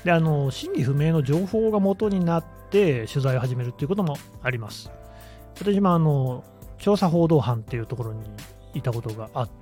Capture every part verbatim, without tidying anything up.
であの真偽不明の情報が元になって取材を始めるということもあります。私もあの調査報道班っていうところにいたことがあって、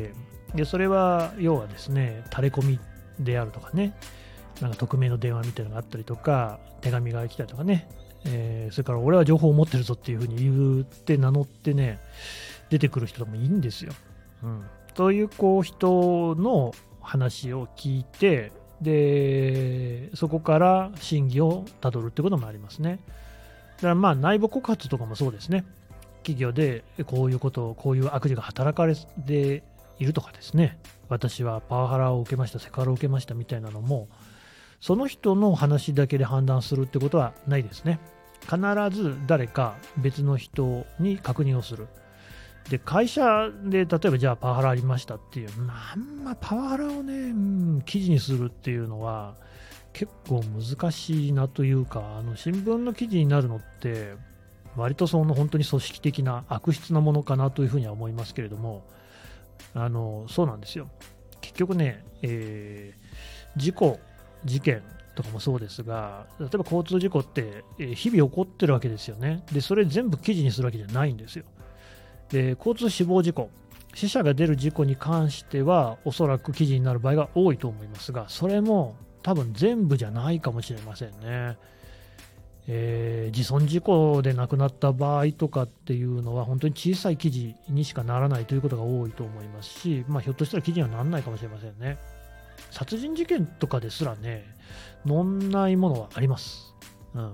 でそれは要はですね、タレコミであるとかね、なんか匿名の電話みたいなのがあったりとか、手紙が来たりとかね、えー、それから俺は情報を持ってるぞっていうふうに言って名乗ってね、出てくる人とかもいいんですよ。うん、というこう人の話を聞いて、でそこから真偽をたどるってこともありますね。だからまあ内部告発とかもそうですね。企業でこういうことを、こういう悪事が働かれているとかですね、私はパワハラを受けました、セクハラを受けましたみたいなのも、その人の話だけで判断するってことはないですね。必ず誰か別の人に確認をする。で会社で例えばじゃあパワハラありましたっていう、まあ、あんまパワハラをね、うん、記事にするっていうのは結構難しいなというか、あの新聞の記事になるのって割とその本当に組織的な悪質なものかなというふうには思いますけれども、あのそうなんですよ。結局ね、えー、事故事件とかもそうですが、例えば交通事故って日々起こってるわけですよね。でそれ全部記事にするわけじゃないんですよ。で交通死亡事故、死者が出る事故に関してはおそらく記事になる場合が多いと思いますが、それも多分全部じゃないかもしれませんね。えー、自損事故で亡くなった場合とかっていうのは本当に小さい記事にしかならないということが多いと思いますし、まあ、ひょっとしたら記事にはならないかもしれませんね。殺人事件とかですらね、載んないものはあります。うん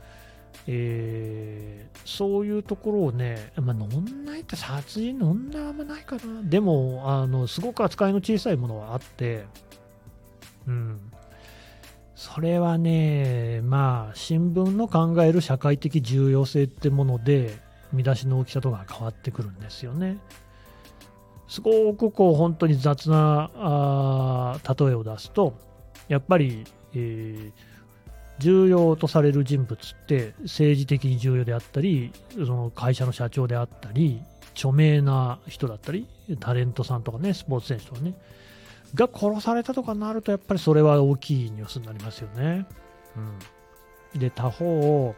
えー、そういうところをね、まあ、載んないって殺人載んないあんまないかな。でもあのすごく扱いの小さいものはあって、うん、それはね、まあ新聞の考える社会的重要性ってもので見出しの大きさとかが変わってくるんですよね。すごくこう本当に雑なあ例えを出すと、やっぱり、えー重要とされる人物って政治的に重要であったり、その会社の社長であったり、著名な人だったり、タレントさんとかね、スポーツ選手とかね、が殺されたとかなると、やっぱりそれは大きいニュースになりますよね。うん、で、他方、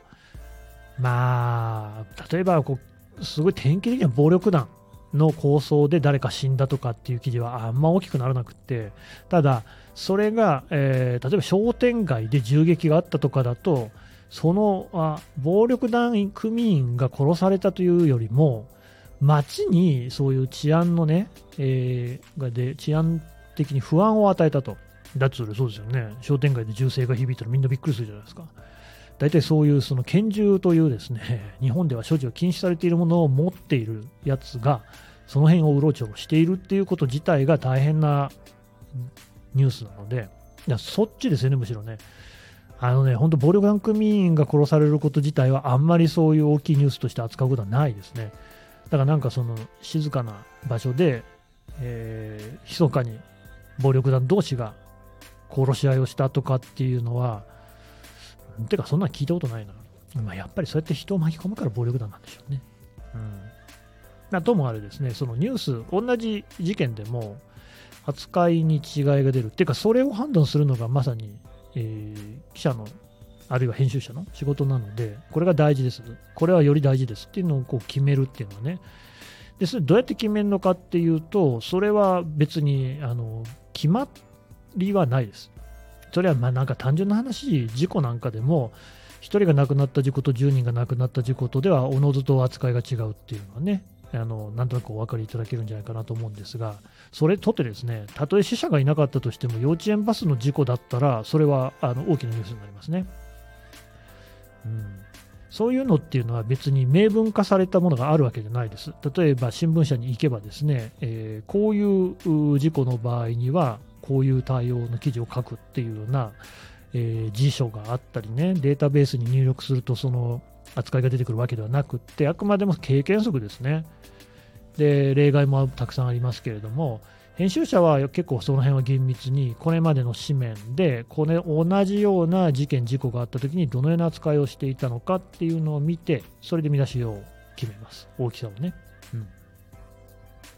まあ、例えばこう、すごい典型的な暴力団の抗争で誰か死んだとかっていう記事はあんま大きくならなくって、ただ、それが、えー、例えば商店街で銃撃があったとかだと、そのあ暴力団組員が殺されたというよりも、街にそういう治安のね、えー、がで治安的に不安を与えたと。だってそうですよね、商店街で銃声が響いたらみんなびっくりするじゃないですか。大体そういうその拳銃というですね、日本では所持を禁止されているものを持っているやつが、その辺をうろちょろしているっていうこと自体が大変なニュースなので、いやそっちですよね、むしろね。あのね、本当、暴力団組員が殺されること自体は、あんまりそういう大きいニュースとして扱うことはないですね。だからなんかその静かな場所で、えー、密かに暴力団同士が殺し合いをしたとかっていうのは、てかそんなの聞いたことないな。まあ、やっぱりそうやって人を巻き込むから暴力団なんでしょうね。うん。なともあれですね、そのニュース、同じ事件でも扱いに違いが出る。っていうか、それを判断するのがまさに、えー、記者の、あるいは編集者の仕事なので、これが大事です。これはより大事ですっていうのをこう決めるっていうのはね。で、それどうやって決めるのかっていうと、それは別に、あの、決まりはないです。それはまあなんか単純な話、事故なんかでも、ひとりが亡くなった事故とじゅうにんが亡くなった事故とでは、おのずと扱いが違うっていうのはね、あのなんとなくお分かりいただけるんじゃないかなと思うんですが、それとってですね、たとえ死者がいなかったとしても、幼稚園バスの事故だったら、それはあの大きなニュースになりますね。うん、そういうのっていうのは別に明文化されたものがあるわけじゃないです。例えば新聞社に行けばですね、えー、こういう事故の場合には、こういう対応の記事を書くっていうような、えー、辞書があったりね、データベースに入力するとその扱いが出てくるわけではなくって、あくまでも経験則ですね。で、例外もたくさんありますけれども、編集者は結構その辺は厳密に、これまでの紙面で、これ同じような事件、事故があったときにどのような扱いをしていたのかっていうのを見て、それで見出しを決めます。大きさをね。うん、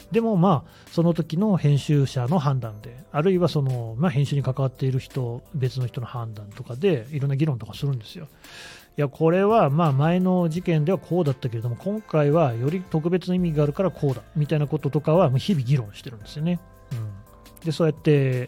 でもまあその時の編集者の判断で、あるいはその、まあ、編集に関わっている人、別の人の判断とかでいろんな議論とかするんですよ。いやこれはまあ前の事件ではこうだったけれども、今回はより特別な意味があるからこうだみたいなこととかは日々議論してるんですよね。うん、でそうやって、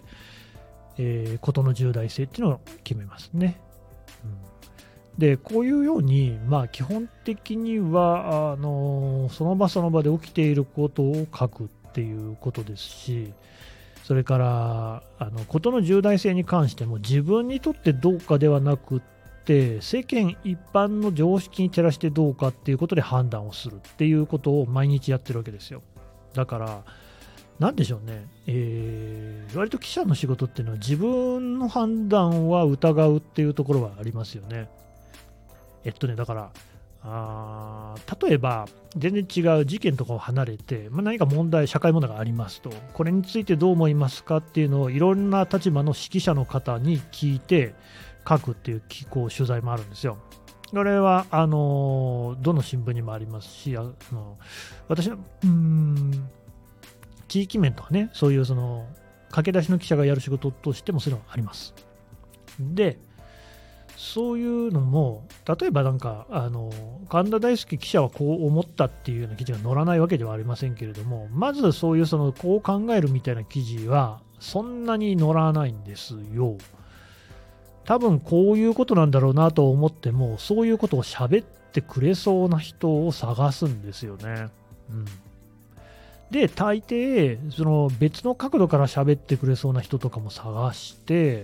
えー、事の重大性っていうのを決めますね。うん、でこういうように、まあ、基本的にはあのその場その場で起きていることを書くっていうことですし、それからあの事の重大性に関しても自分にとってどうかではなくって世間一般の常識に照らしてどうかっていうことで判断をするっていうことを毎日やってるわけですよ。だからなんでしょうね、えー割と記者の仕事っていうのは自分の判断は疑うっていうところはありますよね。えっとね、だから、あ例えば、全然違う事件とかを離れて、まあ、何か問題、社会問題がありますと、これについてどう思いますかっていうのを、いろんな立場の識者の方に聞いて書くっていうこう取材もあるんですよ。これはあのどの新聞にもありますし、あの私のうーん地域面とかね、そういうその駆け出しの記者がやる仕事としてもそういうのがあります。で、そういうのも、例えばなんか、あの神田大輔記者はこう思ったっていうような記事が載らないわけではありませんけれども、まずそういうそのこう考えるみたいな記事は、そんなに載らないんですよ。多分こういうことなんだろうなと思っても、そういうことを喋ってくれそうな人を探すんですよね。うん、で、大抵、その別の角度から喋ってくれそうな人とかも探して、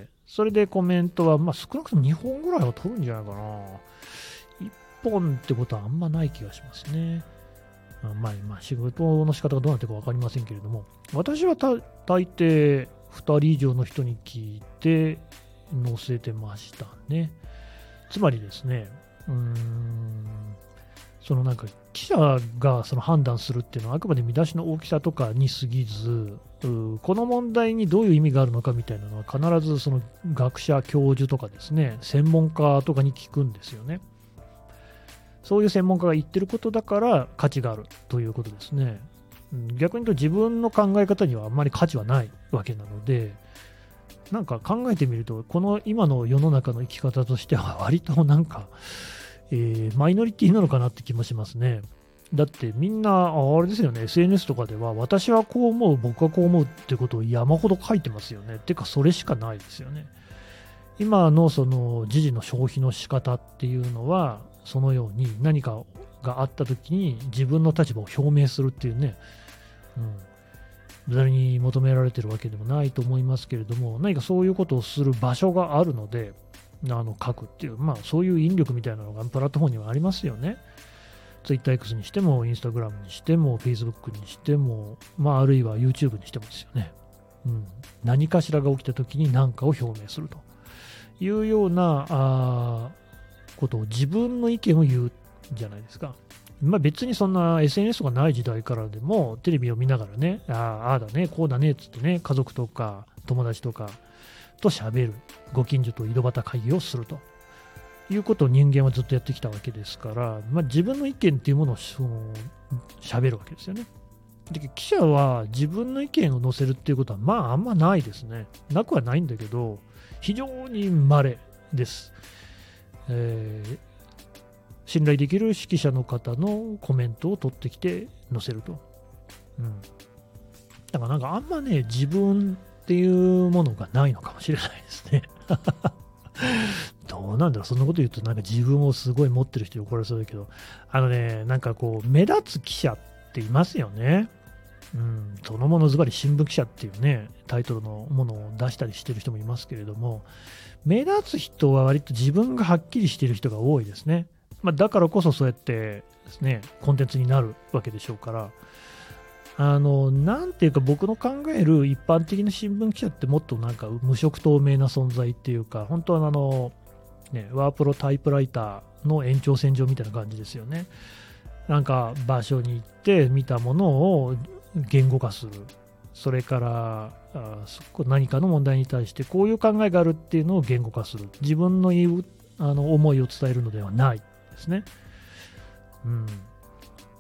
それでコメントは、まあ、少なくともにほんぐらいは取るんじゃないかな。いっぽんってことはあんまない気がしますね。あまあ、まあ、仕事の仕方がどうなってるか分かりませんけれども、私はた大抵ふたり以上の人に聞いて載せてましたね。つまりですね、うーん、そのなんか記者がその判断するっていうのはあくまで見出しの大きさとかに過ぎず、うこの問題にどういう意味があるのかみたいなのは必ずその学者、教授とかですね、専門家とかに聞くんですよね。そういう専門家が言ってることだから価値があるということですね。逆に言うと自分の考え方にはあんまり価値はないわけなので、なんか考えてみると、この今の世の中の生き方としては割となんか、えーマイノリティなのかなって気もしますね。だってみんな、あれですよね、エスエヌエス とかでは、私はこう思う、僕はこう思うってことを山ほど書いてますよね。てか、それしかないですよね。今のその時事の消費の仕方っていうのは、そのように何かがあったときに自分の立場を表明するっていうね、うん、誰に求められてるわけでもないと思いますけれども、何かそういうことをする場所があるので、あの書くっていう、まあ、そういう引力みたいなのがプラットフォームにはありますよね。ツイッター X にしても、インスタグラムにしても、Facebook にしても、まあ、あるいは YouTube にしてもですよね。うん、何かしらが起きたときに何かを表明するというようなあことを、自分の意見を言うじゃないですか。まあ、別にそんな エスエヌエス とかない時代からでも、テレビを見ながらね、ああ、ああだね、こうだねっつってね、家族とか友達とかと喋る、ご近所と井戸端会議をするということを人間はずっとやってきたわけですから、まあ、自分の意見っていうものをその喋るわけですよね。で、記者は自分の意見を載せるっていうことはまああんまないですね。なくはないんだけど、非常に稀です。えー信頼できる識者の方のコメントを取ってきて載せると。うん。だからなんかあんまね、自分っていうものがないのかもしれないですね。どうなんだろう、そんなこと言うとなんか自分をすごい持ってる人に怒られそうだけど、あのね、なんかこう、目立つ記者っていますよね。うん、そのものズバリ新聞記者っていうね、タイトルのものを出したりしてる人もいますけれども、目立つ人は割と自分がはっきりしている人が多いですね。まあ、だからこそそうやってですね、コンテンツになるわけでしょうから、あの、なんていうか僕の考える一般的な新聞記者ってもっとなんか無色透明な存在っていうか、本当はあの、ね、ワープロタイプライターの延長線上みたいな感じですよね。なんか場所に行って見たものを言語化する。それからあ何かの問題に対してこういう考えがあるっていうのを言語化する。自分の言うあの思いを伝えるのではないですね。うん。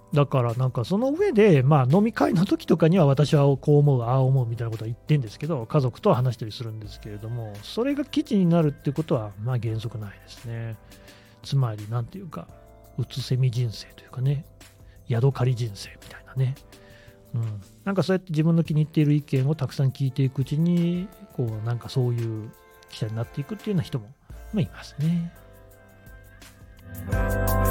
だからなんかその上で、まあ、飲み会の時とかには私はこう思う、ああ思うみたいなことは言ってるんですけど、家族とは話したりするんですけれども、それが基地になるっていうことはまあ原則ないですね。つまり、なんていうか、うつせみ人生というかね、ヤドカリ人生みたいなね、うん、なんかそうやって自分の気に入っている意見をたくさん聞いていくうちに、こうなんかそういう記者になっていくっていうような人も、まあ、いますね。